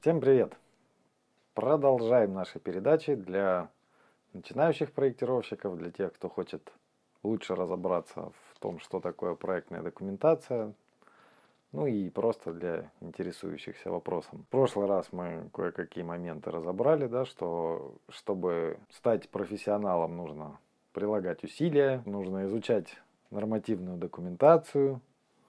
Всем привет! Продолжаем наши передачи для начинающих проектировщиков, для тех, кто хочет лучше разобраться в том, что такое проектная документация, ну и просто для интересующихся вопросом. В прошлый раз мы кое-какие моменты разобрали, да, что чтобы стать профессионалом, нужно прилагать усилия, нужно изучать нормативную документацию,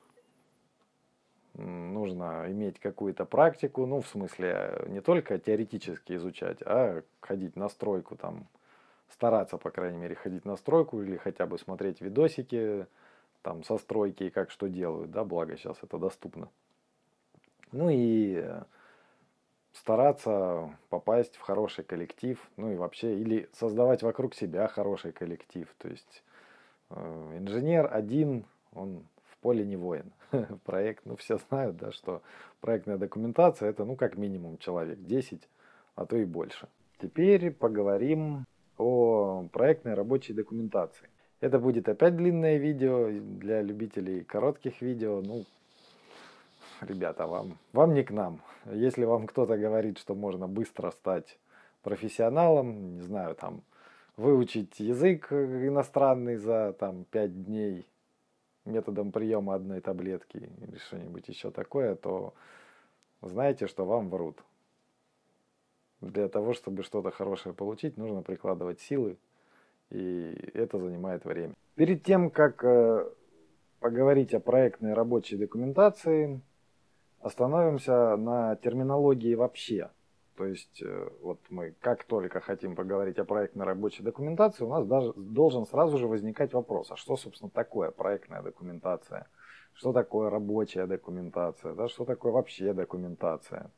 нужно иметь какую-то практику, ну, в смысле, не только теоретически изучать, а ходить на стройку, там, стараться, по крайней мере, ходить на стройку или хотя бы смотреть видосики там со стройки и как что делают, да, благо сейчас это доступно. Ну и стараться попасть в хороший коллектив, ну и вообще, или создавать вокруг себя хороший коллектив, то есть инженер один, он в поле не воин. Проект, ну все знают, да, что проектная документация это, ну как минимум человек 10, а то и больше. Теперь поговорим о проектной рабочей документации. Это будет опять длинное видео для любителей коротких видео. Ну, ребята, вам не к нам. Если вам кто-то говорит, что можно быстро стать профессионалом, не знаю, там, выучить язык иностранный за там 5 дней методом приема одной таблетки или что-нибудь еще такое, то знаете, что вам врут. Для того, чтобы что-то хорошее получить, нужно прикладывать силы, и это занимает время. Перед тем, как поговорить о проектной рабочей документации, остановимся на терминологии вообще. То есть, вот мы как только хотим поговорить о проектной рабочей документации, у нас даже должен сразу же возникать вопрос, а что, собственно, такое проектная документация? Что такое рабочая документация? Да, что такое вообще документация?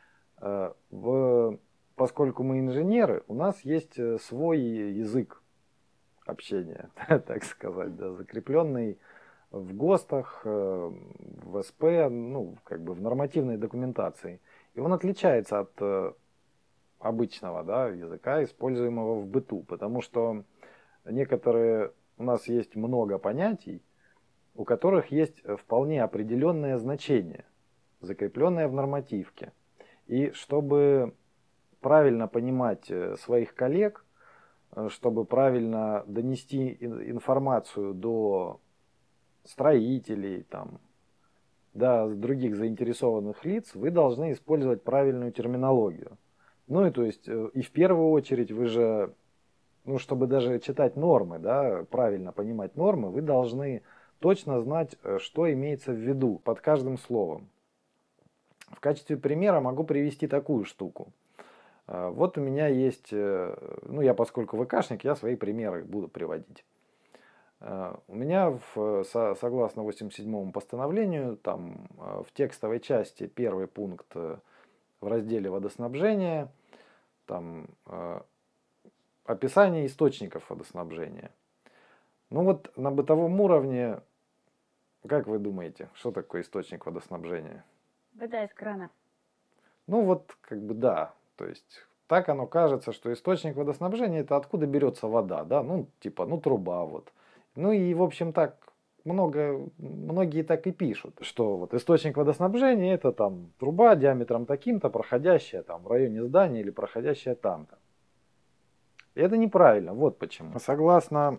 Поскольку мы инженеры, у нас есть свой язык общения, так сказать, да, закрепленный в ГОСТах, в СП, ну, как бы в нормативной документации. И он отличается от обычного, да, языка, используемого в быту, потому что у нас есть много понятий, у которых есть вполне определенное значение, закрепленное в нормативке. И чтобы правильно понимать своих коллег, чтобы правильно донести информацию до строителей, там, до других заинтересованных лиц, вы должны использовать правильную терминологию. Ну и то есть, и в первую очередь вы же, ну чтобы даже читать нормы, да, правильно понимать нормы, вы должны точно знать, что имеется в виду под каждым словом. В качестве примера могу привести такую штуку. Вот у меня есть, ну я поскольку ВКшник, я свои примеры буду приводить. У меня согласно 87-му постановлению, там в текстовой части первый пункт в разделе водоснабжения, там описание источников водоснабжения. Ну вот на бытовом уровне, как вы думаете, что такое источник водоснабжения? Вода из крана. Ну вот как бы да, то есть так оно кажется, что источник водоснабжения это откуда берется вода, да, ну типа, ну труба вот. Ну и в общем так многие так и пишут, что вот источник водоснабжения это там труба диаметром таким-то, проходящая там в районе здания или проходящая там-то. И это неправильно, вот почему. Согласно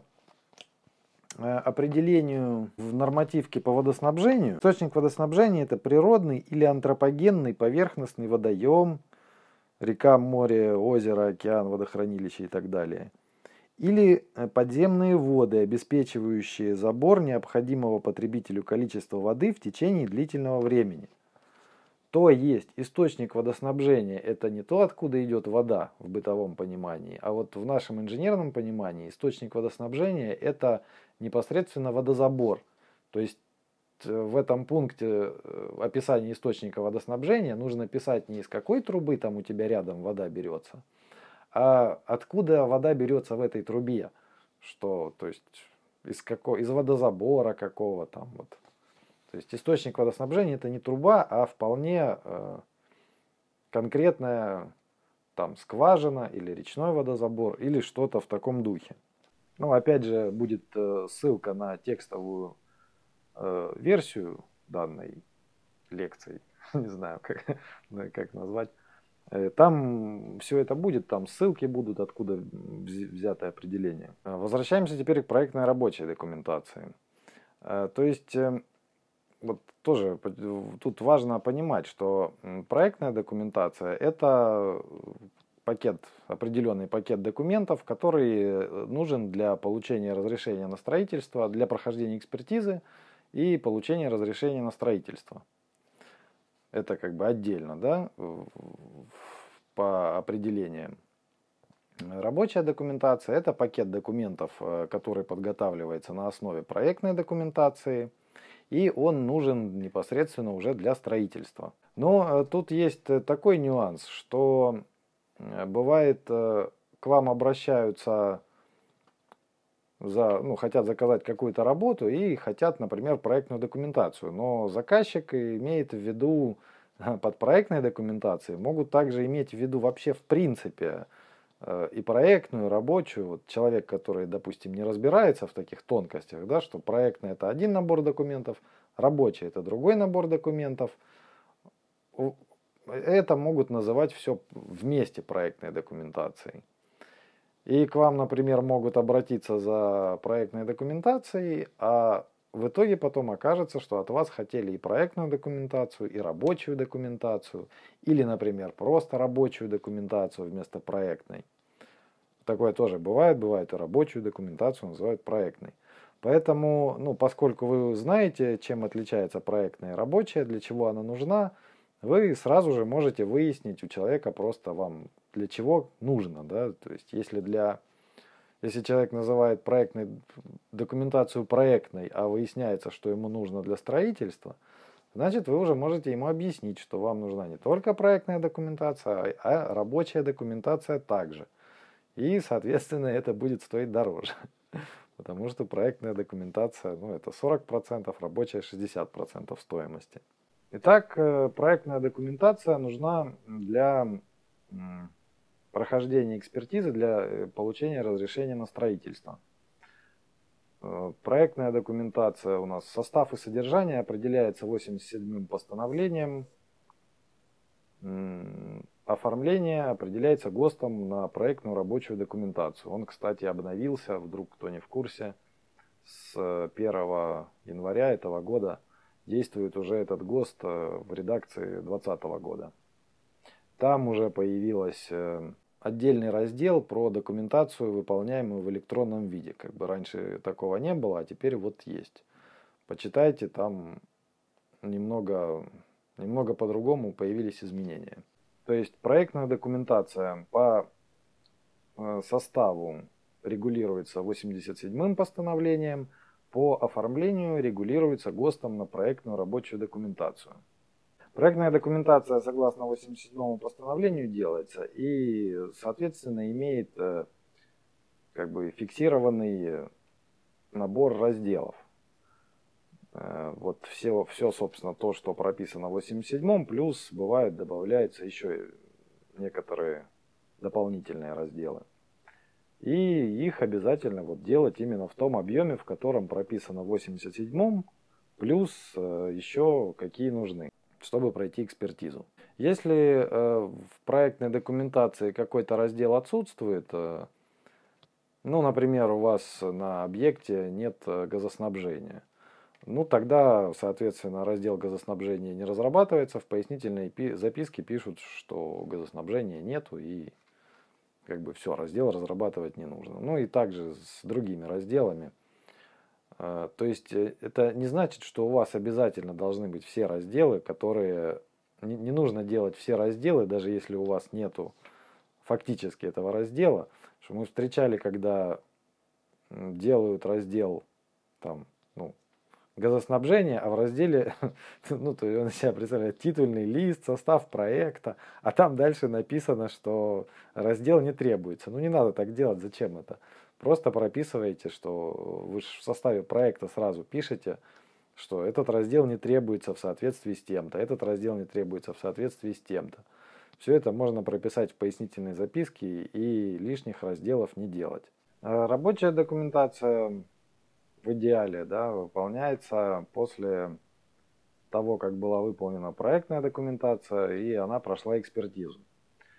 определению в нормативке по водоснабжению, источник водоснабжения это природный или антропогенный поверхностный водоем, река, море, озеро, океан, водохранилище и так далее. Или подземные воды, обеспечивающие забор необходимого потребителю количества воды в течение длительного времени. То есть источник водоснабжения это не то, откуда идет вода в бытовом понимании, а вот в нашем инженерном понимании источник водоснабжения это непосредственно водозабор. То есть в этом пункте описания источника водоснабжения нужно писать не из какой трубы там у тебя рядом вода берется, а откуда вода берется в этой трубе. Что, то есть из водозабора какого там вот. То есть источник водоснабжения это не труба, а вполне конкретная там скважина или речной водозабор или что-то в таком духе. Ну, опять же, будет ссылка на текстовую версию данной лекции. Не знаю, как назвать. Там все это будет, там ссылки будут, откуда взято определение. Возвращаемся теперь к проектной рабочей документации. То есть вот тоже тут важно понимать, что проектная документация – это определенный пакет документов, который нужен для получения разрешения на строительство, для прохождения экспертизы и получения разрешения на строительство. Это как бы отдельно, да, по определениям. Рабочая документация – это пакет документов, который подготавливается на основе проектной документации, и он нужен непосредственно уже для строительства. Но тут есть такой нюанс, что бывает, к вам обращаются, хотят заказать какую-то работу и хотят, например, проектную документацию, но заказчик имеет в виду под проектной документацией, могут также иметь в виду вообще в принципе и проектную, и рабочую. Вот человек, который, допустим, не разбирается в таких тонкостях, да, что проектная – это один набор документов, рабочая – это другой набор документов, это могут называть все вместе проектной документацией. И к вам, например, могут обратиться за проектной документацией, а в итоге потом окажется, что от вас хотели и проектную документацию, и рабочую документацию, или, например, просто рабочую документацию вместо проектной. Такое тоже бывает, и рабочую документацию называют проектной. Поэтому, поскольку вы знаете, чем отличается проектная и рабочая, для чего она нужна, вы сразу же можете выяснить у человека просто вам для чего нужно. Да? То есть если человек называет проектной документацию проектной, а выясняется, что ему нужно для строительства, значит вы уже можете ему объяснить, что вам нужна не только проектная документация, а рабочая документация также. И, соответственно, это будет стоить дороже. Потому что проектная документация, это 40%, рабочая 60% стоимости. Итак, проектная документация нужна для прохождения экспертизы, для получения разрешения на строительство. Проектная документация у нас, состав и содержание определяется 87-м постановлением. Оформление определяется ГОСТом на проектную рабочую документацию. Он, кстати, обновился, вдруг кто не в курсе, с 1 января этого года действует уже этот ГОСТ в редакции 2020 года. Там уже появилась отдельный раздел про документацию, выполняемую в электронном виде. Как бы раньше такого не было, а теперь вот есть. Почитайте, там немного по-другому появились изменения. То есть проектная документация по составу регулируется 87-м постановлением, по оформлению регулируется ГОСТом на проектную рабочую документацию. Проектная документация согласно 87-му постановлению делается и, соответственно, имеет фиксированный набор разделов. Вот все, собственно, то, что прописано в 87-м, плюс бывает добавляются еще некоторые дополнительные разделы. И их обязательно делать именно в том объеме, в котором прописано в 87-м, плюс еще какие нужны, чтобы пройти экспертизу. Если в проектной документации какой-то раздел отсутствует, например, у вас на объекте нет газоснабжения, тогда, соответственно, раздел газоснабжения не разрабатывается, в пояснительной записке пишут, что газоснабжения нету и все, раздел разрабатывать не нужно. И также с другими разделами. То есть это не значит, что у вас обязательно должны быть все разделы, которые... Не нужно делать все разделы, даже если у вас нету фактически этого раздела. Что мы встречали, когда делают раздел газоснабжение, а в разделе, то есть он из себя представляет титульный лист, состав проекта, а там дальше написано, что раздел не требуется. Не надо так делать, зачем это? Просто прописываете, что вы в составе проекта сразу пишете, что этот раздел не требуется в соответствии с тем-то, этот раздел не требуется в соответствии с тем-то. Все это можно прописать в пояснительной записке и лишних разделов не делать. Рабочая документация в идеале выполняется после того, как была выполнена проектная документация и она прошла экспертизу.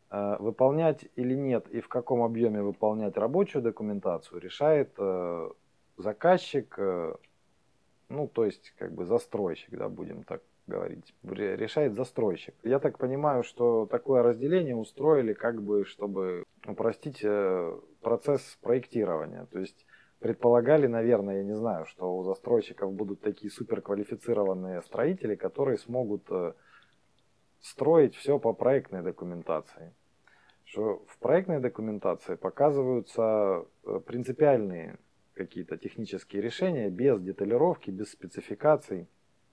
Выполнять или нет и в каком объеме выполнять рабочую документацию решает заказчик, ну, то есть, как бы застройщик, да, будем так говорить, решает застройщик. Я так понимаю, что такое разделение устроили, как бы, чтобы упростить процесс проектирования. То есть, предполагали, наверное, я не знаю, что у застройщиков будут такие суперквалифицированные строители, которые смогут строить все по проектной документации. Что в проектной документации показываются принципиальные какие-то технические решения без деталировки, без спецификаций.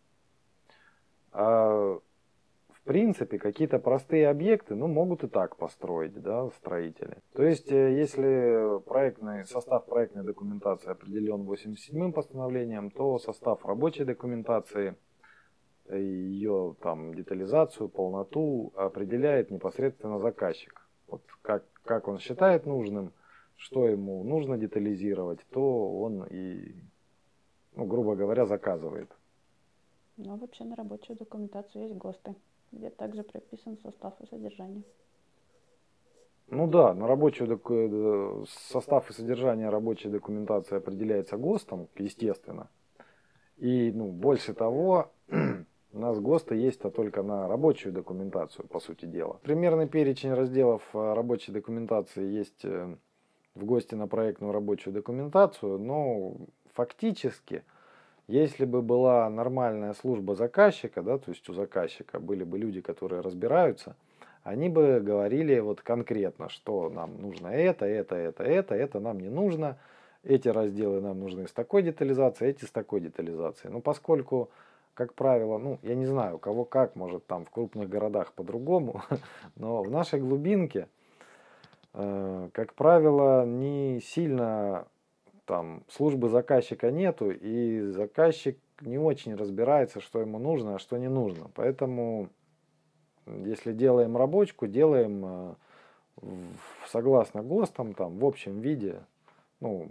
А в принципе какие-то простые объекты, ну, могут и так построить, да, строители. То есть, если состав проектной документации определен 87-м постановлением, то состав рабочей документации, ее там детализацию, полноту определяет непосредственно заказчик. Вот как он считает нужным, что ему нужно детализировать, то он и, ну, грубо говоря, заказывает. Но вообще на рабочую документацию есть ГОСТы, где также прописан состав и содержание. Ну да, состав и содержание рабочей документации определяется ГОСТом, естественно. И, ну, больше того, у нас ГОСТы есть-то только на рабочую документацию, по сути дела. Примерный перечень разделов рабочей документации есть в ГОСТе на проектную рабочую документацию, но фактически, если бы была нормальная служба заказчика, да, то есть у заказчика были бы люди, которые разбираются, они бы говорили вот конкретно, что нам нужно это нам не нужно, эти разделы нам нужны с такой детализацией, эти с такой детализацией. Но поскольку, как правило, ну, я не знаю, у кого как, может там в крупных городах по-другому, но в нашей глубинке, как правило, не сильно там службы заказчика нету, и заказчик не очень разбирается, что ему нужно, а что не нужно. Поэтому, если делаем рабочку, делаем согласно ГОСТам, там, в общем виде, ну,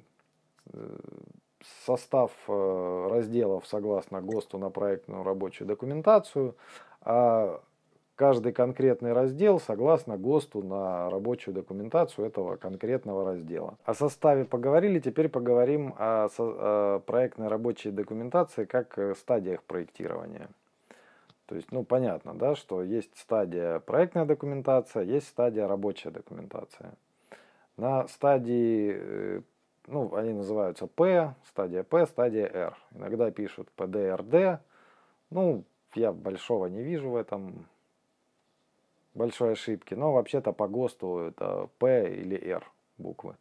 состав разделов согласно ГОСТу на проектную рабочую документацию, а каждый конкретный раздел согласно ГОСТу на рабочую документацию этого конкретного раздела. О составе поговорили, теперь поговорим о проектной рабочей документации как стадиях проектирования. То есть, ну, понятно, да, что есть стадия проектная документация, есть стадия рабочая документация. На стадии, ну, они называются П, стадия R. Иногда пишут PDRD. Ну, я большого не вижу в этом, большой ошибки. Но вообще-то по ГОСТу это П или R буквы.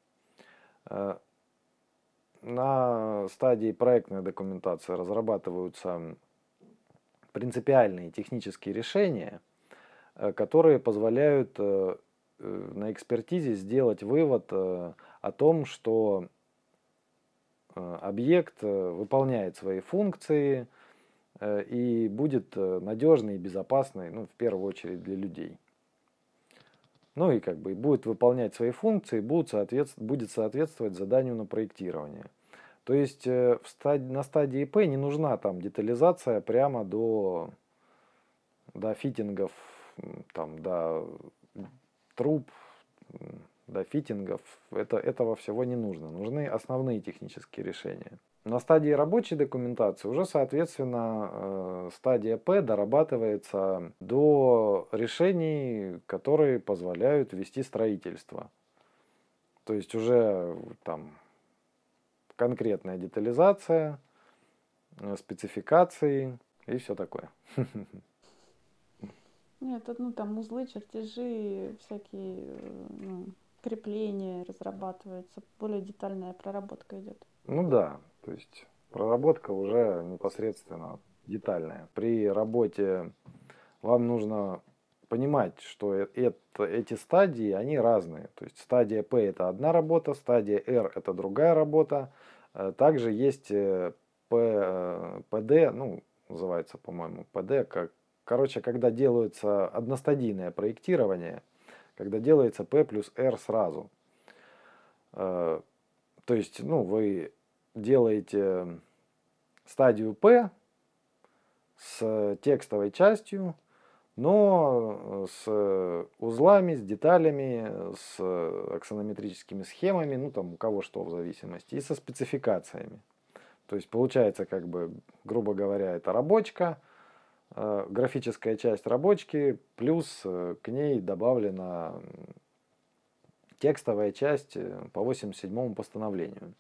На стадии проектной документации разрабатываются принципиальные технические решения, которые позволяют на экспертизе сделать вывод о том, что объект выполняет свои функции и будет надежный и безопасный, ну, в первую очередь для людей. Ну и как бы будет выполнять свои функции, будет соответствовать заданию на проектирование. То есть на стадии П не нужна там детализация прямо до фитингов, там, до труб, до фитингов. Этого всего не нужно. Нужны основные технические решения. На стадии рабочей документации уже, соответственно, стадия П дорабатывается до решений, которые позволяют вести строительство. То есть уже там конкретная детализация, спецификации и все такое. Нет, ну там узлы, чертежи, всякие крепления разрабатываются, более детальная проработка идет. Ну да, то есть проработка уже непосредственно детальная. При работе вам нужно понимать, что эти стадии, они разные. То есть стадия P это одна работа, стадия R это другая работа. Также есть PD, ну, называется, по-моему, PD, короче, когда делается одностадийное проектирование, когда делается P плюс R сразу. То есть, ну, вы делаете стадию P с текстовой частью, но с узлами, с деталями, с аксонометрическими схемами, ну там у кого что в зависимости, и со спецификациями. То есть получается, как бы, грубо говоря, это рабочка, графическая часть рабочки, плюс к ней добавлена текстовая часть по 87-му постановлению.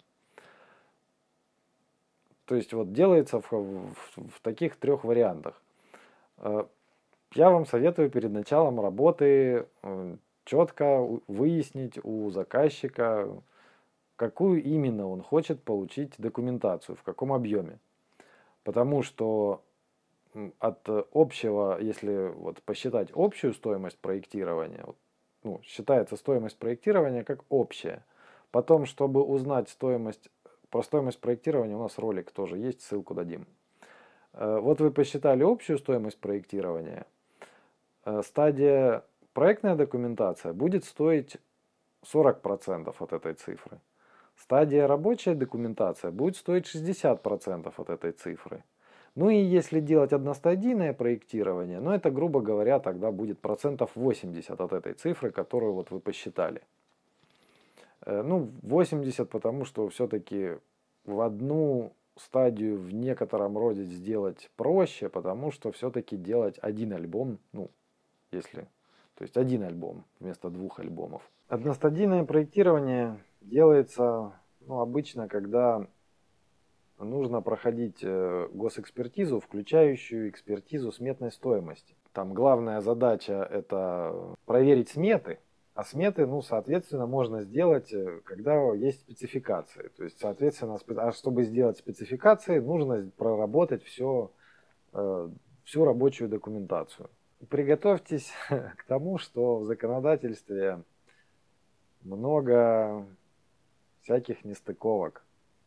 То есть вот делается в таких трех вариантах. Я вам советую перед началом работы четко выяснить у заказчика, какую именно он хочет получить документацию, в каком объеме. Потому что от общего, если вот посчитать общую стоимость проектирования, ну, считается стоимость проектирования как общая. Потом, чтобы узнать про стоимость проектирования, у нас ролик тоже есть, ссылку дадим. Вот вы посчитали общую стоимость проектирования. Стадия проектная документация будет стоить 40% от этой цифры. Стадия рабочая документация будет стоить 60% от этой цифры. Ну и если делать одностадийное проектирование, ну это, грубо говоря, тогда будет процентов 80 от этой цифры, которую вот вы посчитали. Ну, 80, потому что все-таки в одну стадию в некотором роде сделать проще, потому что все-таки делать один альбом, ну, если, то есть один альбом вместо двух альбомов. Одностадийное проектирование делается, ну, обычно, когда нужно проходить госэкспертизу, включающую экспертизу сметной стоимости. Там главная задача это проверить сметы, а сметы, ну, соответственно, можно сделать, когда есть спецификации. То есть, соответственно, чтобы сделать спецификации, нужно проработать всю рабочую документацию. Приготовьтесь к тому, что в законодательстве много всяких нестыковок.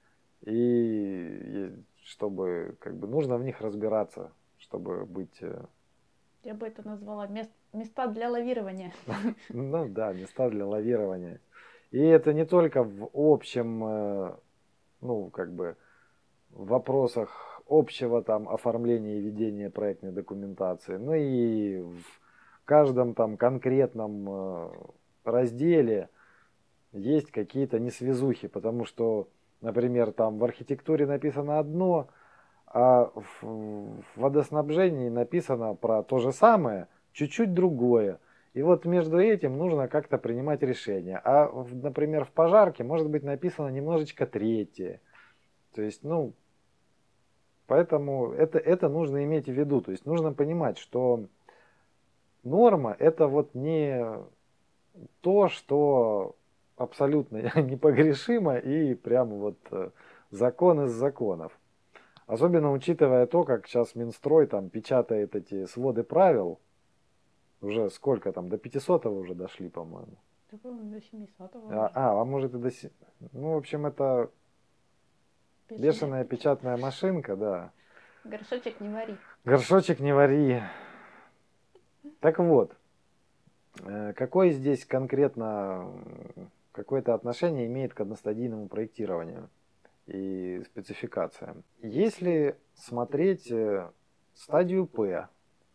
И чтобы, как бы, нужно в них разбираться, чтобы быть... Я бы это назвала места для лавирования. Ну да, места для лавирования. И это не только в общем, ну, как бы, в вопросах общего там оформления и ведения проектной документации, но и в каждом там конкретном разделе есть какие-то несвязухи, потому что, например, там в архитектуре написано одно, а в водоснабжении написано про то же самое, чуть-чуть другое. И вот между этим нужно как-то принимать решение. А, например, в пожарке может быть написано немножечко третье. То есть, ну, поэтому это нужно иметь в виду. То есть нужно понимать, что норма это вот не то, что абсолютно непогрешимо и прямо вот закон из законов. Особенно учитывая то, как сейчас Минстрой там печатает эти своды правил. Уже сколько там, до 500-го уже дошли, по-моему. Да, до 700-го. А может и до... Ну, в общем, это бешеная печатная машинка, да. Горшочек не вари. Горшочек не вари. Так вот, какое здесь конкретно какое-то отношение имеет к одностадийному проектированию и спецификациям? Если смотреть стадию П,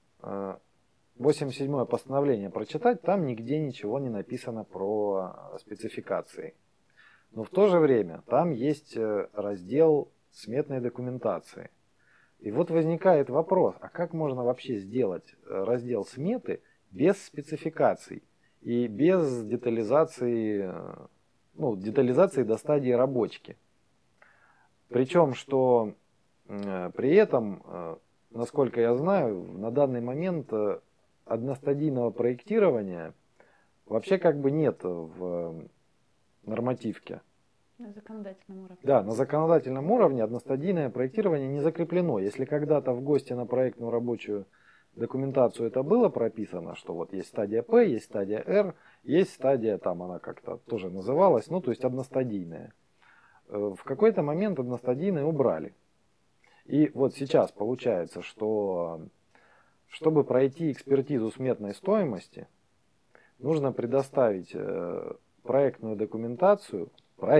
87-е постановление прочитать, там нигде ничего не написано про спецификации. Но в то же время там есть раздел сметной документации. И вот возникает вопрос, а как можно вообще сделать раздел сметы без спецификаций и без детализации, ну, детализации до стадии рабочки? Причем, что при этом, насколько я знаю, на данный момент одностадийного проектирования вообще как бы нет в нормативке. На законодательном уровне. Да, на законодательном уровне одностадийное проектирование не закреплено. Если когда-то в ГОСТе на проектную рабочую документацию это было прописано, что вот есть стадия П, есть стадия Р, есть стадия, там она как-то тоже называлась, ну то есть одностадийная. В какой-то момент одностадийное убрали. И вот сейчас получается, что чтобы пройти экспертизу сметной стоимости, нужно предоставить проектную документацию,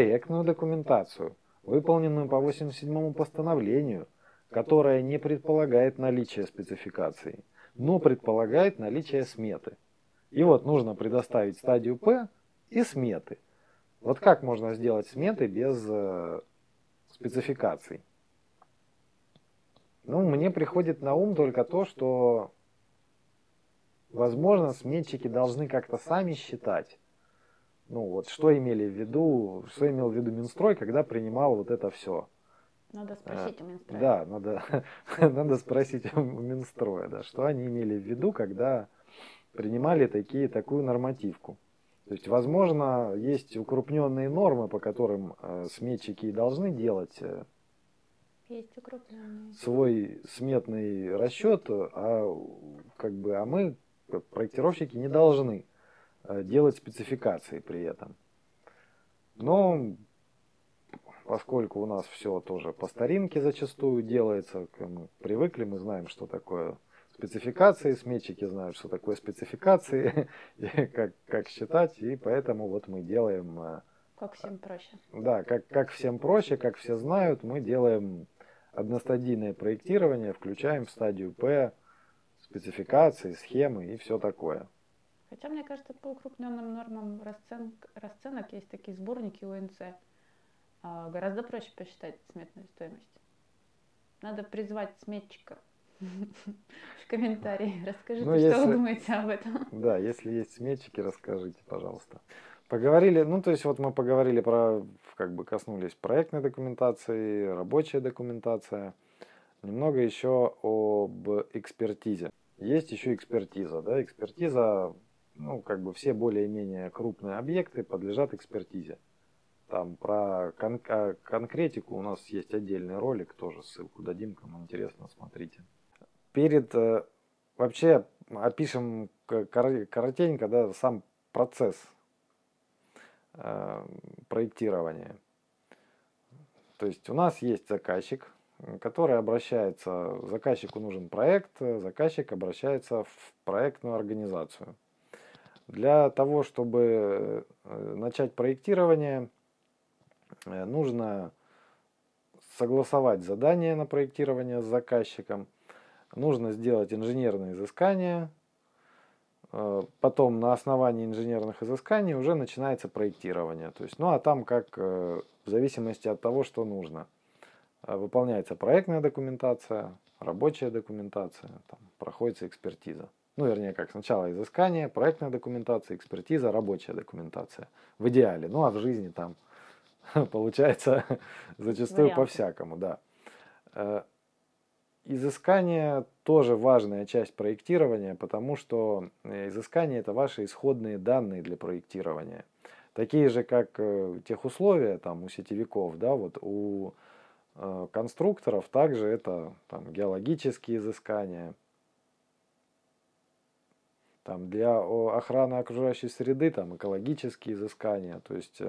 выполненную по 87-му постановлению, которая не предполагает наличие спецификаций. но предполагает наличие сметы. И вот нужно предоставить стадию П и сметы. Вот как можно сделать сметы без спецификаций? Ну, мне приходит на ум только то, что, возможно, сметчики должны как-то сами считать. Ну вот, что имели в виду, что имел в виду Минстрой, когда принимал вот это все. Надо спросить у Минстроя. Да, надо спросить у Минстроя, да, что они имели в виду, когда принимали такую нормативку. То есть, возможно, есть укрупненные нормы, по которым сметчики и должны делать Есть укрупненные. свой сметный расчет, а мы, проектировщики, не должны делать спецификации при этом. Но поскольку у нас все тоже по старинке зачастую делается, мы привыкли, мы знаем, что такое спецификации, сметчики знают, что такое спецификации, и как считать, и поэтому вот мы делаем... Как всем проще. Да, как всем проще, как все знают, мы делаем одностадийное проектирование, включаем в стадию П спецификации, схемы и все такое. Хотя, мне кажется, по укрупненным нормам расценок есть такие сборники УНЦ. Гораздо проще посчитать сметную стоимость. Надо призвать сметчика в комментарии. Расскажите, что вы думаете об этом. Да, если есть сметчики, расскажите, пожалуйста. Поговорили, то есть вот мы поговорили про, коснулись проектной документации, рабочая документация. Немного еще об экспертизе. Есть еще экспертиза, да, экспертиза, все более-менее крупные объекты подлежат экспертизе. Там про конкретику у нас есть отдельный ролик, тоже ссылку дадим, кому интересно, смотрите. Вообще опишем коротенько, да, сам процесс проектирования. То есть у нас есть заказчик, который обращается, заказчику нужен проект, заказчик обращается в проектную организацию. Для того, чтобы начать проектирование, нужно согласовать задание на проектирование с заказчиком, нужно сделать инженерные изыскания, потом на основании инженерных изысканий уже начинается проектирование. То есть, а там в зависимости от того, что нужно. Выполняется проектная документация, рабочая документация, там проходится экспертиза. Сначала изыскание, проектная документация, экспертиза, рабочая документация. В идеале. А в жизни там получается зачастую по-всякому, да. Изыскание тоже важная часть проектирования, потому что изыскание это ваши исходные данные для проектирования. Такие же, как техусловия там, у сетевиков, да, вот у конструкторов также это там, геологические изыскания. Там, для охраны окружающей среды там, экологические изыскания. То есть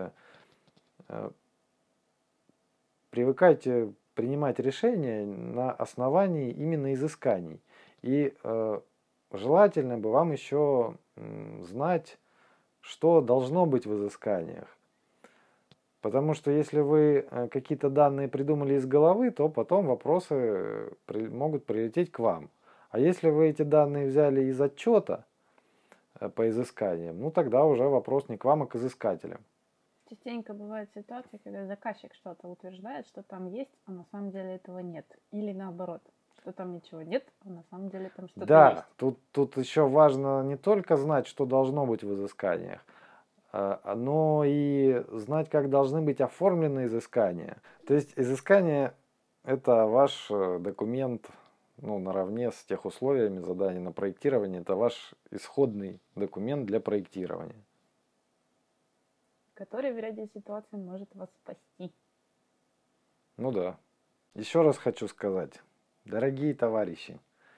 привыкайте принимать решения на основании именно изысканий. И желательно бы вам еще знать, что должно быть в изысканиях. Потому что если вы какие-то данные придумали из головы, то потом вопросы могут прилететь к вам. А если вы эти данные взяли из отчета по изысканиям, тогда уже вопрос не к вам, а к изыскателям. Частенько бывают ситуации, когда заказчик что-то утверждает, что там есть, а на самом деле этого нет. Или наоборот, что там ничего нет, а на самом деле там что-то есть. Да, тут еще важно не только знать, что должно быть в изысканиях, но и знать, как должны быть оформлены изыскания. То есть изыскание это ваш документ, наравне с техусловиями задания на проектирование, это ваш исходный документ для проектирования. Который в ряде ситуаций может вас спасти. Ну да. Еще раз хочу сказать, дорогие товарищи,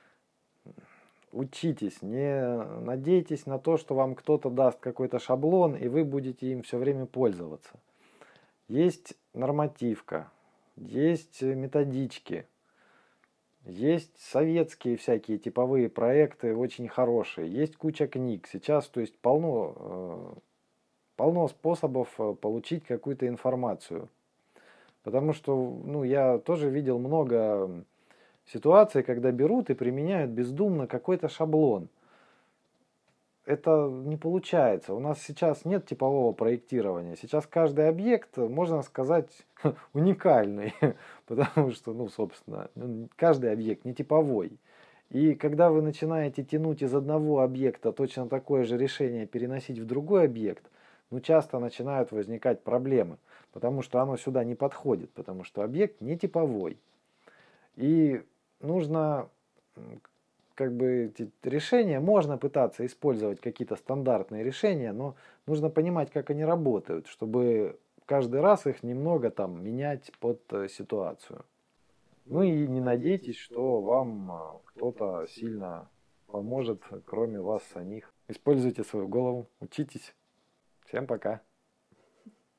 учитесь, не надейтесь на то, что вам кто-то даст какой-то шаблон, и вы будете им все время пользоваться. Есть нормативка, есть методички, есть советские всякие типовые проекты, очень хорошие, есть куча книг. Сейчас, то есть, полно способов получить какую-то информацию. Потому что, я тоже видел много ситуации, когда берут и применяют бездумно какой-то шаблон. Это не получается. У нас сейчас нет типового проектирования. Сейчас каждый объект, можно сказать, уникальный, потому что, ну, собственно, каждый объект не типовой. И когда вы начинаете тянуть из одного объекта точно такое же решение переносить в другой объект, ну, часто начинают возникать проблемы, потому что оно сюда не подходит, потому что объект не типовой. И нужно, как бы, эти решения, можно пытаться использовать какие-то стандартные решения, но нужно понимать, как они работают, чтобы каждый раз их немного там менять под ситуацию. Ну и не надейтесь, что вам кто-то сильно поможет, кроме вас самих. Используйте свою голову, учитесь. Всем пока.